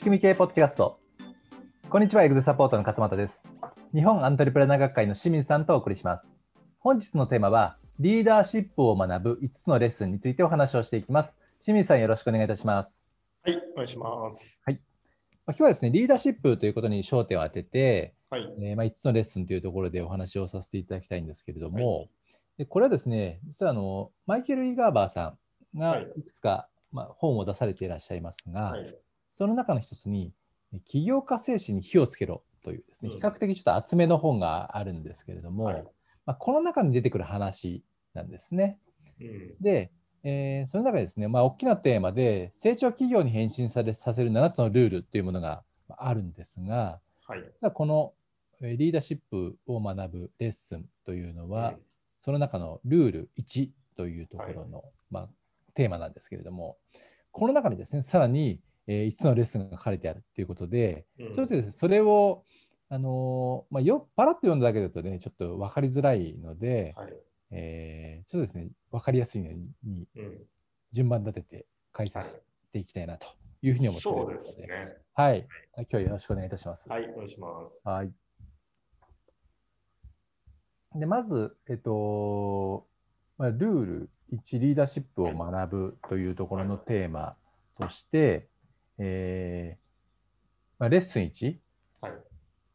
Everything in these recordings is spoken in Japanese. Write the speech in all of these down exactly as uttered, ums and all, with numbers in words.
組み系ポッドキャスト。こんにちは、エグゼサポートの勝俣です。日本アントレプレナー学会の清水さんとお送りします。本日のテーマはリーダーシップを学ぶいつつのレッスンについてお話をしていきます。清水さん、よろしくお願いいたします。 はい、お願いします。 はい。今日はですね、リーダーシップということに焦点を当てて、 はいえーまあ、いつつのレッスンというところでお話をさせていただきたいんですけれども、 はい、 でこれはですね、実はあのマイケル・イガーバーさんがはいいくつか、まあ、本を出されていらっしゃいますが、 はい、 その中の一つに、起業家精神に火をつけろというですね、 うん比較的ちょっと厚めの本があるんですけれども、 はいまあ、この中に出てくる話なんですね。 うん、 で、えーその中でですね、まあ、大きなテーマで、成長企業に変身されさせるななつのルールというものがあるんですが、 はい実はこのリーダーシップを学ぶレッスンというのは、 うんその中のルールいちというところの、 はいまあ、テーマなんですけれども、この中にですね、さらにえー、いつつのレッスンが書かれてあるということで、 うん、 ちょっとですね、それを、あのーまあ、よパラッと読んだだけだとね、ちょっと分かりづらいので、 はいえー、ちょっとですね、分かりやすいようにうん順番立てて解はい、 説していきたいなというふうに思っておりそうでますので、 すね。 はい、今日はよろしくお願いいたします。 はい、お願いします。 はい。で、まず、えっと、まあ、ルールいち、リーダーシップを学ぶというところのテーマとして、えーまあ、レッスンいち、 はい、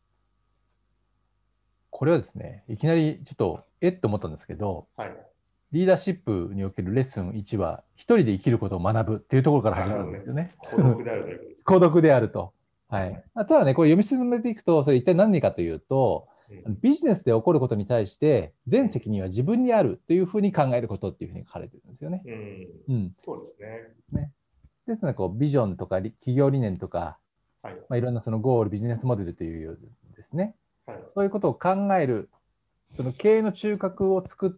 これはですね、いきなりちょっと、えっと思ったんですけど、 はい。 リーダーシップにおけるレッスンいちは、一人で生きることを学ぶっていうところから始まなるほどね。 るんですよね。 孤独であるということですか。 孤独であると。はい。ただね、これ読み進めていくと、それ一体何かというと、 うん、 ビジネスで起こることに対して、全責任は自分にあるというふうに考えることっていうふうに書かれてるんですよね。 うん、 うん。 そうですね。 ね。ですので、こう、ビジョンとか企業理念とか、 はい、 まあ、いろんなそのゴール、ビジネスモデルというようですね。 はい、 そういうことを考える、その経営の中核を作って、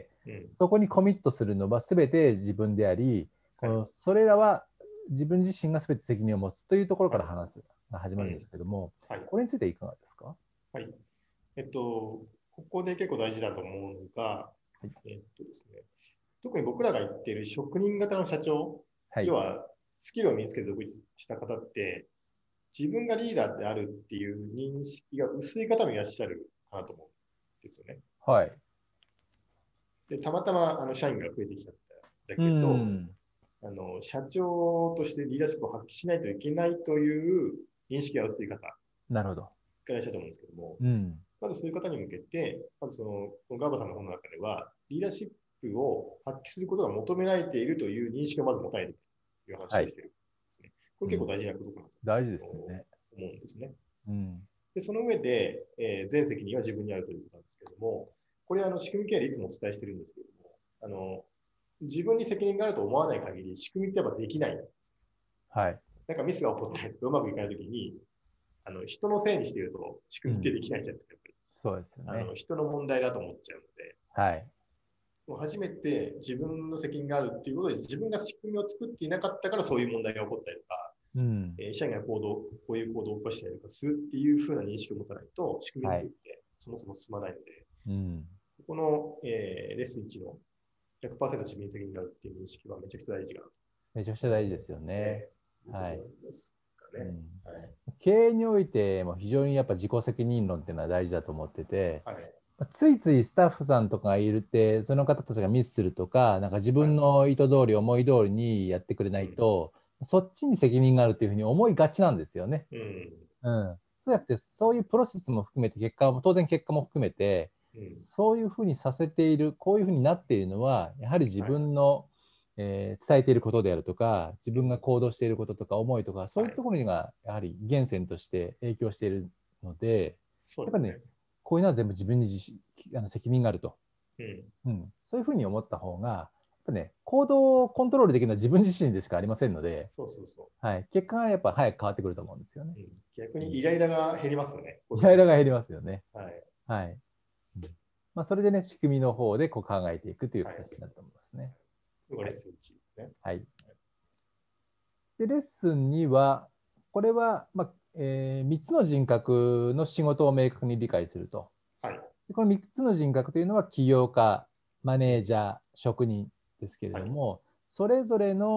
うん、 そこにコミットするのは全て自分であり、 はい、 それらは自分自身が全て責任を持つというところかはい、 ら話すが始まるんですけども、 はい、 これについていかがですか？ はい。えっと、ここで結構大事だと思うのが、 はい。 えっとですね、特に僕らが言っている職人型の社長、 はい。 要はスキルを身につけて独立した方って、自分がリーダーであるっていう認識が薄い方もいらっしゃるかなと思うんですよね。 はい。 で、たまたまあの社員が増えてきたんだうけど、 ん。 あの社長としてリーダーシップを発揮しないといけないという認識が薄い方がなるほど。 いらっしゃると思うんですけども、 うん。 まずそういう方に向けて、まずその、このガーバさんの本の中では、リーダーシップを発揮することが求められているという認識をまず持たないという話をはい。 しているんですね。これ結構大事なことかなと大事ですね。 思うんですね。 うん。 で、その上で、えー全責任は自分にあるということなんですけれども、これはあの仕組み系でいつもお伝えしているんですけれども、あの自分に責任があると思わない限り、仕組みってやっぱできないんです。 はい。 なんかミスが起こったりとかうまくいかないときに、あの人のせいにしていると仕組みってできないじゃないですか。うん、 そうですよね。 あの人の問題だと思っちゃうので、 はい。 もう初めて自分の責任があるっていうことで、自分が仕組みを作っていなかったからそういう問題が起こったりとか、 うん。 えー社員が行動、こういう行動を起こしたりとかするっていうふうな認識を持たないと、仕組みはい。 作ってそもそも進まないので、 うん。 この、えーレッスンいちのひゃくパーセント自分に責任があるっていう認識はめちゃくちゃ大事かなと。 めちゃくちゃ大事ですよね。 えー、いうとはい。 ころですかね。 うん。 はい。 経営においても非常にやっぱ自己責任論っていうのは大事だと思ってて、 はい。 ついついスタッフさんとかがいるって、その方たちがミスするとか、なんか自分の意図通り、思い通りにやってくれないと、うん、そっちに責任があるというふうに思いがちなんですよね。 うん。 うん。そうじゃなくて、そういうプロセスも含めて、結果も、当然結果も含めて、 うん、 そういうふうにさせている、こういうふうになっているのは、やはり自分の、はい、えー、伝えていることであるとか、自分が行動していることとか、思いとか、そういうところがやはり源泉として影響しているので、やっぱりね、こういうのは全部自分に自あの責任があると、うんうん、そういうふうに思った方が、やっぱね、行動をコントロールできるのは自分自身でしかありませんので、 そうそうそう、 はい、結果がやっぱ早く変わってくると思うんですよね。 うん、逆にイライラが減りますよね。 イライラが減りますよね。 はい。 はい。まあ、それでね、仕組みの方でこう考えていくという形になると思いますね。 これがレッスンいちですね。 はい。で、レッスンには、これは、まあえー、みっつの人格の仕事を明確に理解すると。 はい。 でこのみっつの人格というのは、起業家、マネージャー、職人ですけれども、はい、それぞれの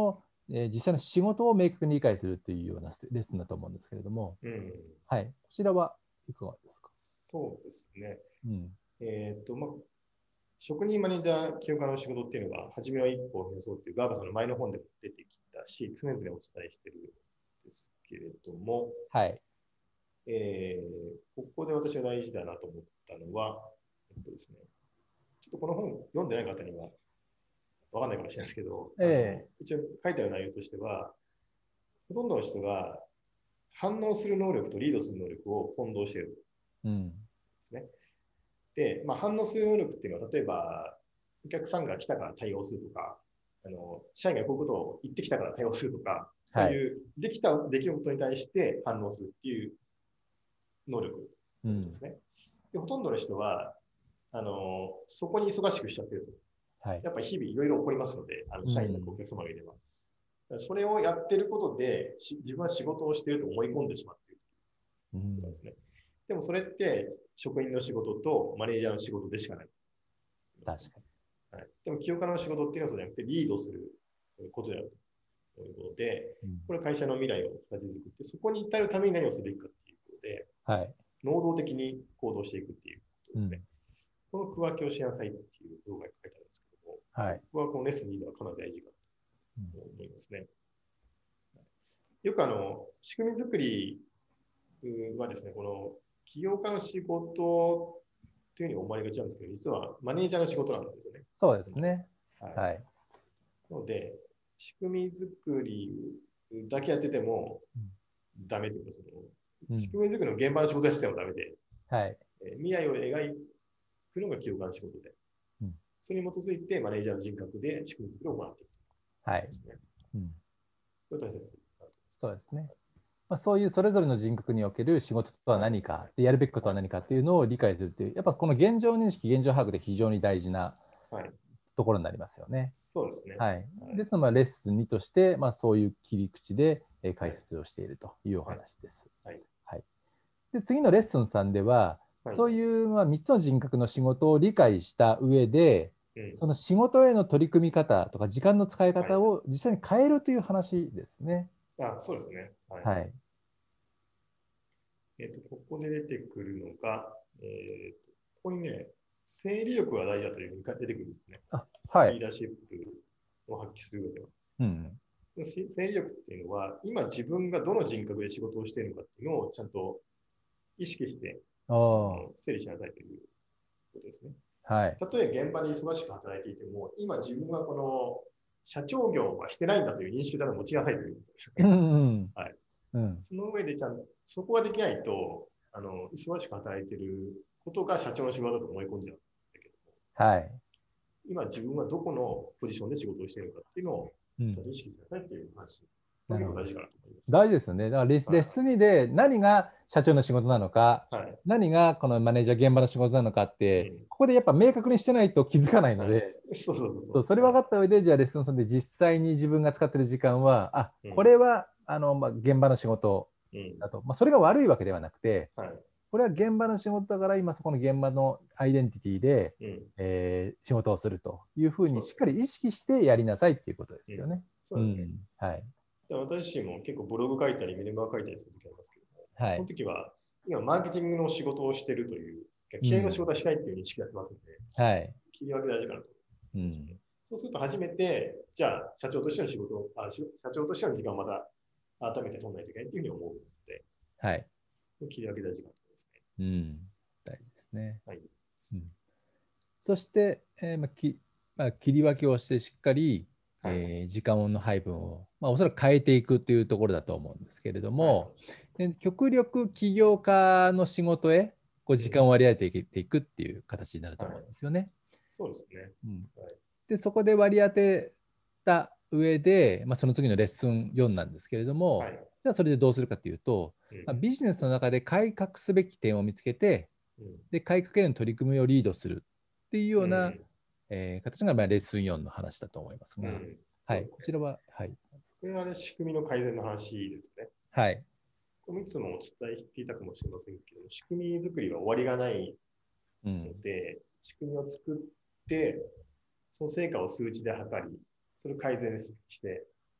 えー実際の仕事を明確に理解するというようなレッスンだと思うんですけれども、 うん、 はい、こちらはいかがですか？ そうですね。 うん、 えっと、まあ、職人マネージャー起業家の仕事っていうのが、初めは一歩を目指そうっていうガーバさんの前の本でも出てきたし、常々お伝えしてるんですけれども、 はい。 えー、ここで私が大事だなと思ったのは、えっとですね、ちょっとこの本読んでない方にはわかんないかもしれないですけど、あのえ一応書いてある内容としては、ほとんどの人が反応する能力とリードする能力を混同しているー、うん、 んですね。で、まあ、反応する能力っていうのは、例えば、お客さんが来たから対応するとか、あの社員がこういうことを言ってきたから対応するとか、そうはい。 いうできた出来事に対して反応するっていう能力うん、 のことですね。で、ほとんどの人は、あのそこに忙しくしちゃってると。 はい。 やっぱり日々いろいろ起こりますので、あのう社員のおん、 客様がいれば。それをやってることで、自分は仕事をしていると思い込んでしまっているうん、 ということですね。でもそれって職員の仕事とマネージャーの仕事でしかない。 確かはい、でも起業家の仕事っていうのはそうじゃなくてリードすることであるということで、 に。うん、 これ会社の未来を形作って、そこに至るために何をすべきかっていうことで、 はい。 能動的に行動していくっていうことですね。 うん、 この区分けをしなさいっていう動画が書いてあるんですけども、 はい。 僕はこのレッスンにはかなり大事かうん、 と思いますね。よくあの、仕組み作りはですね、この起業家の仕事というふうに思われがちなんですけど、実はマネージャーの仕事なんですよね。 そうですね。 はい。 はい。 なので、仕組み作りだけやっててもダメというか、そのうん、 仕組み作りの現場の仕事やっててもダメで、 はい。 えー未来を描くのが起業家の仕事で、 うん、 それに基づいてマネージャーの人格で仕組み作りを行っていくはい。 ですね。 うん、 これ大切だと思います。 そうですね。まあ、そういうそれぞれの人格における仕事とははい。 何か、でやるべきことは何かっていうのを理解するっていう、やっぱこの現状認識、現状把握で非常に大事なはい。 ところになりますよね。 そうですね。 はい。 はい。 ですので、まあレッスンにとして、まあ、そういう切り口でえーはい。 解説をしているというおはい。 話です。 はい。 はい。で、次のレッスンさんでは、 はい。 そういうまあみっつの人格の仕事を理解した上で、 うん。 その仕事への取り組み方とか時間の使いはい。 方を実際に変えるという話ですね。 あ、そうですね。はい。 はい。 えっと、ここで出てくるのが、えっと、ここにね、整理力が大事だというふうに出てくるんですね。 あ、はい。 リーダーシップを発揮する上では。 うん。 整理力っていうのは、今自分がどの人格で仕事をしているのかっていうのをちゃんと意識してあああ、 の整理しなさいということですね。 はい。 たとえ現場で忙しく働いていても、今自分はこの社長業はしてないんだという認識から持ちなさいということですよね。 うんうんはい。 うん。 その上でちゃんと、そこができないと、あの、忙しく働いていることが社長の仕事だと思い込んじゃうんだけども、 はい。 今自分はどこのポジションで仕事をしているのかっていうのをうん。 ちゃんと意識しなさいっていう話。こなるほど。 れ結構大事かなと思います。 大事ですよね。だからレスレッスンにで何が社長の仕事なのか、 はい。はい。 何がこのマネージャー現場の仕事なのかっうて、 ん。 ここでやっぱ明確にしてないと気づかないのはい。 で、 そうそうそうそう、 そう。 それ分はい。 かった上で、じゃあレッスンさんで実際に自分が使ってる時間は、あ、 うん。 これはあの、まあ、現場の仕事うん。 だと。まあ、それが悪いわけではなくて、 はい。 これは現場の仕事だから、今そこの現場のアイデンティティで、 うん。 えー仕事をするというふうそうですね。 にしっかり意識してやりなさいっていうことですうん。 よね。 そうですね。 うん。はい。 で私自身も結構ブログ書いたり、メルマガ書いたりするときありますけども、そのはい。 時は、今、マーケティングの仕事をしているという、 うん。 経営の仕事はしないっていう認識がありますので、 はい。 切り分け大事かなとう思いますね。 ん。 そうすると初めて、じゃあ、社長としての仕事を、あ社長としての時間をまた改めて取らないといけないというふうに思うので、 はい。 切り分け大事かなと思いますね。 うん。大事ですね。 はい。 うん、そして、えーまあきまあ、切り分けをしてしっかり、 はい。 えー時間の配分を、まあ、おそらく変えていくというところだと思うんですけれどはい。 も、で極力起業家の仕事へこう時間を割り当てていくっていう形になるとはい。 思うんですよね。 そうですね。 うん、 はい。 で、そこで割り当てた上で、まあ、その次のレッスンよんなんですけれども、 はい。 じゃあそれでどうするかというと、 うん。 まあ、ビジネスの中で改革すべき点を見つけて、 うん。 で改革への取り組みをリードするっていうような、 うん。 えー形がまあレッスンよんの話だと思いますが、 うん。 はい、 そうですね。 こちらは、はい。 これはね、仕組みの改善の話ですね。 はい。 これいつもお伝えしていたかもしれませんけど、仕組み作りは終わりがないうん。 ので、仕組みを作って、その成果を数値で測り、それを改善して、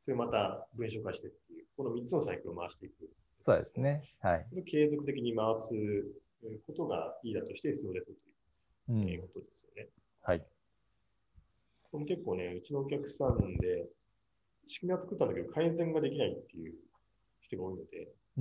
それまた文章化してっていう、このみっつのサイクルを回していく。 そうですね。はい。 それを継続的に回すことがリーダーとして必要ですという、うん、ことですよね。 はい。 これ結構ね、うちのお客さんで、仕組みは作ったんだけど、改善ができないっていう人が多いので、 うん。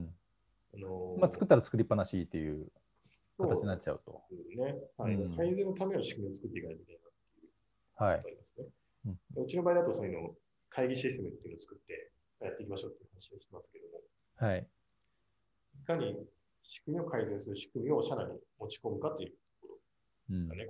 あのー、まあ、作ったら作りっぱなしっていう形になっちゃうと。 そうですね。はい。うん、改善のための仕組みを作っていかないといけないなっていうことありますね。はい。うちの場合だと、そういうの会議システムっていうのを作ってやっていきましょうっていう話をしてますけども、 はい。 いかに仕組みを改善する仕組みを社内に持ち込むかというところですかね。うん、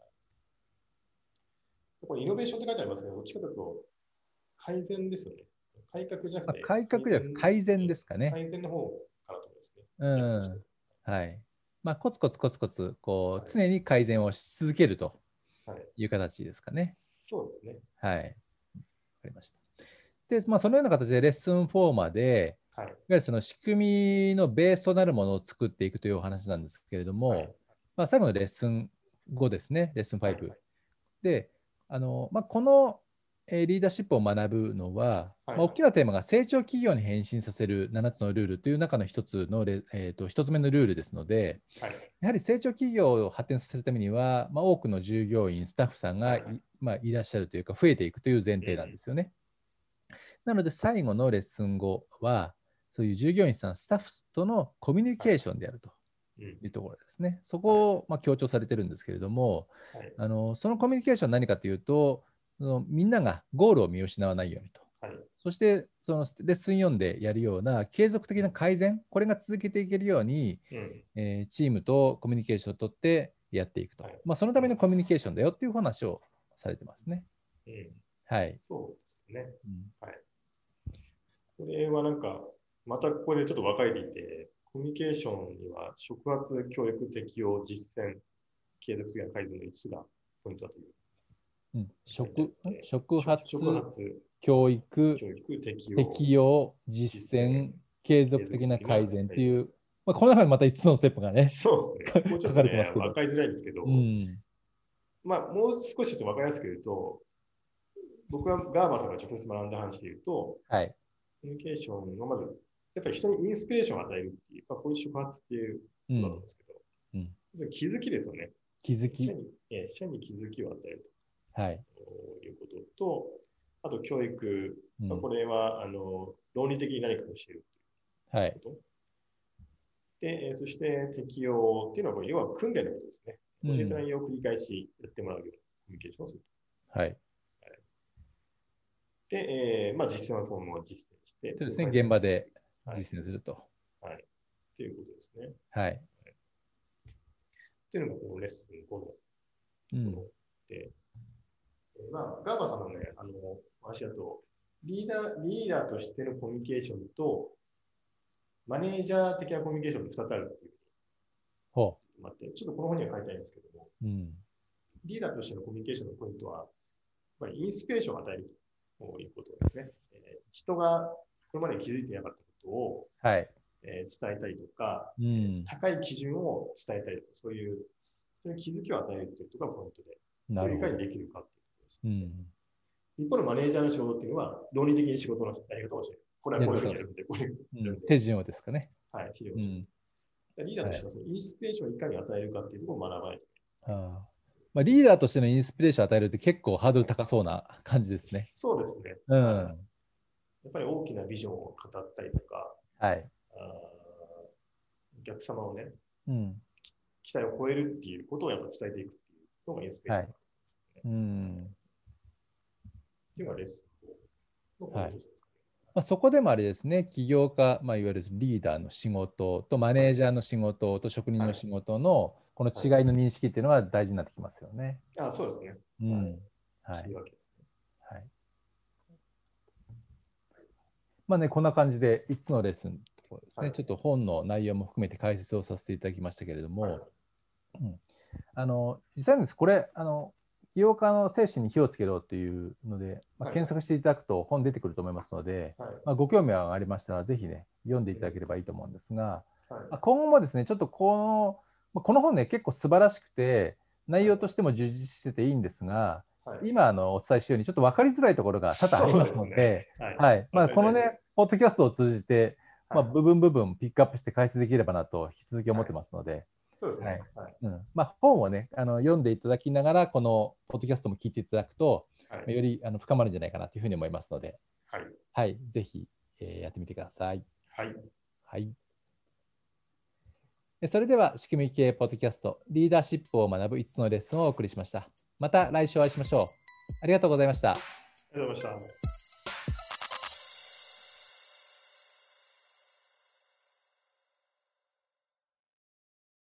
これイノベーションって書いてありますけど、どっちかというと改善ですよね。改革じゃなくて、 改革じゃなくて改善ですかね。 改善の方かなと思いますね。 うん。はい。まあ、コツコツコツコツ、こう、はい、常に改善をし続けるという形ですかね。はい、 そうですね。 はい。わかりました。で、まあ、そのような形でレッスンフォーマで、はい、いわゆるその仕組みのベースとなるものを作っていくというお話なんですけれども、はい、まあ、最後のレッスンごですね、レッスンご。はいはい、で、あのまあ、このリーダーシップを学ぶのは、はい、まあ、大きなテーマが成長企業に変身させるななつのルールという中の一つの、えー、と一つ目のルールですので、はい、やはり成長企業を発展させるためには、まあ、多くの従業員、スタッフさんが い,、はいまあ、いらっしゃるというか、増えていくという前提なんですよね。うん、なので、最後のレッスンごは、そういう従業員さん、スタッフとのコミュニケーションであると。いうところですね。そこをまあ強調されてるんですけれども、はい、あのそのコミュニケーションは何かというと、そのみんながゴールを見失わないようにと、はい、そしてそのレッスンよんでやるような継続的な改善、これが続けていけるように、うんえー、チームとコミュニケーションをとってやっていくと、はい、まあ、そのためのコミュニケーションだよっていう話をされてますね。 うん、はい、そうですね。うん、はい、これはなんか、またここでちょっと分かれていて、コミュニケーションには触発、教育、適用、実践、継続的な改善のいつつがポイントだという。 うん、触触発、触発教育、教育適用、適用、実践、継続的な改善っていう、まあ、この中にまたいつつのステップがね、 そうですね。もうちょっと、ね、分かりづらいんですけど、うん、まあ、もう少しちょっと分かりやすく言うと、僕はガーバーさんが直接学んだ話で言うと、はい、コミュニケーションのまず、やっぱり人にインスピレーションを与えるっていう、まあ、こういう触発っていうことなんですけど、うんうん、気づきですよね。 気づき。 社に、え社に気づきを与えると、はい、 いうことと、あと教育、うんまあ、これはあの論理的に何かをしているということ。はい、でそして適用っていうのは、これ要は訓練のことですね。教えた内容を繰り返しやってもらうようなコミュニケーションをすると。はいで、えーまあ、実践はそのまま実践して。 そうですね、現場で実践すると。 はい。と、はい、いうことですね。 はい。はい、 っていうのがこのレッスンごのもので、うん、まあ、ガーバさんのね、あの、話だと、リーダー、リーダーとしてのコミュニケーションと、マネージャー的なコミュニケーションのふたつあるっていうほうに、ちょっとこの本には書いてないんですけども、うん、リーダーとしてのコミュニケーションのポイントは、やっぱりインスピレーションを与えるということですね。えー、人がこれまで気づいていなかったことを、はいえー、伝えたりとか、うん、高い基準を伝えたりとか、そういう、そういう気づきを与えるというところがポイントで、それいかにできるかということですね。うん、一方のマネージャーの仕事っていうのは、論理的に仕事のやり方を教える。これはこういうふうにやるんで、これ、 うん、手順をですかね。 はい、手順を、うん。リーダーとしてはそのインスピレーションをいかに与えるかっていうところを学ばないと。 あまあ、リーダーとしてのインスピレーションを与えるって結構ハードル高そうな感じですね。 そうですね。うん、やっぱり大きなビジョンを語ったりとか、はい、あお客様をね、うん、期待を超えるっていうことをやっぱ伝えていくっていうのがインスピレーションですね。はい、うんっていうのがレッスンのポイントですね。 まあ、そこでもあれですね、起業家、まあ、いわゆるリーダーの仕事とマネージャーの仕事と職人の仕事のこの違いの認識っていうのは大事になってきますよね。 はい、あそうですね。うん。はい。いいわけですね。はい。 まあね、こんな感じでいつつのレッスンのところですね、はい、ちょっと本の内容も含めて解説をさせていただきましたけれども、はいうん、あの実際にです、これ、あの起業家の精神に火をつけろというので、まあ、検索していただくと本出てくると思いますので、はいまあ、ご興味がありましたら、ぜひね、読んでいただければいいと思うんですが、はいまあ、今後もですね、ちょっとこの、この本ね、結構素晴らしくて、内容としても充実してていいんですが、 はい、 今あのお伝えしたようにちょっと分かりづらいところが多々ありますので、でね、はい、まあ、このね、ポッドキャストを通じて、まあ、部分部分ピックアップして解説できればなと引き続き思ってますので、はい、そうですね。はい、うん、まあ、本をね、あの読んでいただきながら、このポッドキャストも聞いていただくと、はい、よりあの深まるんじゃないかなというふうに思いますので、はい、はい、ぜひ、えー、やってみてください。はい。はい。それでは、仕組み系ポッドキャスト、リーダーシップを学ぶいつつのレッスンをお送りしました。また来週お会いしましょう。ありがとうございました。ありがとうございました。